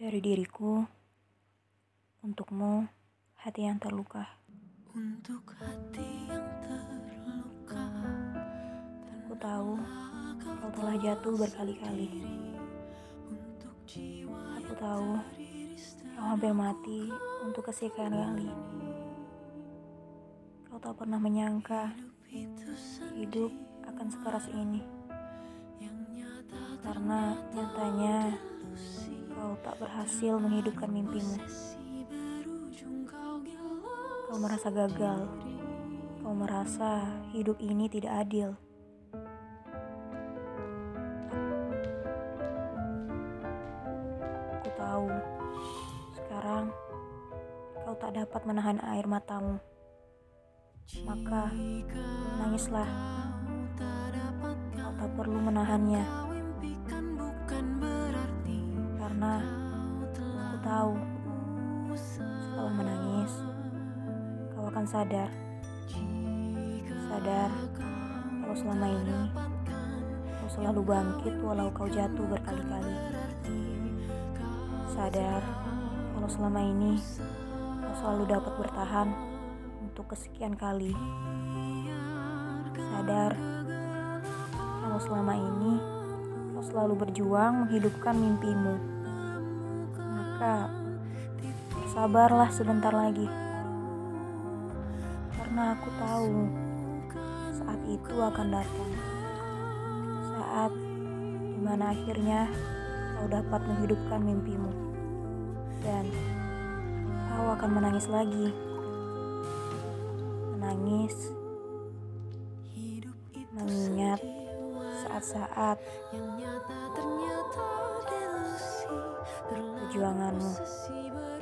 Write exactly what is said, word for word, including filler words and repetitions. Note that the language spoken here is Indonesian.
Dari diriku, untukmu, hati yang terluka. Untuk hati yang terluka, Aku tahu kau telah jatuh berkali-kali. Aku tahu kau hampir mati untuk kesekian kali. Kau tak pernah menyangka hidup akan sekeras ini. Karena nyatanya kau tak berhasil menghidupkan mimpimu. Kau merasa gagal. Kau merasa hidup ini tidak adil. Aku tahu sekarang kau tak dapat menahan air matamu. Maka nangislah. Kau tak perlu menahannya. Karena aku tahu setelah menangis kau akan sadar. Sadar kalau selama ini kau selalu bangkit walau kau jatuh berkali-kali. Sadar kalau selama ini kau selalu dapat bertahan untuk kesekian kali. Sadar kalau selama ini kau selalu berjuang menghidupkan mimpimu. Maka bersabarlah sebentar lagi. Karena aku tahu saat itu akan datang. Saat dimana akhirnya kau dapat menghidupkan mimpimu. Dan kau akan menangis lagi. Menangis mengingat saat-saat perjuanganmu.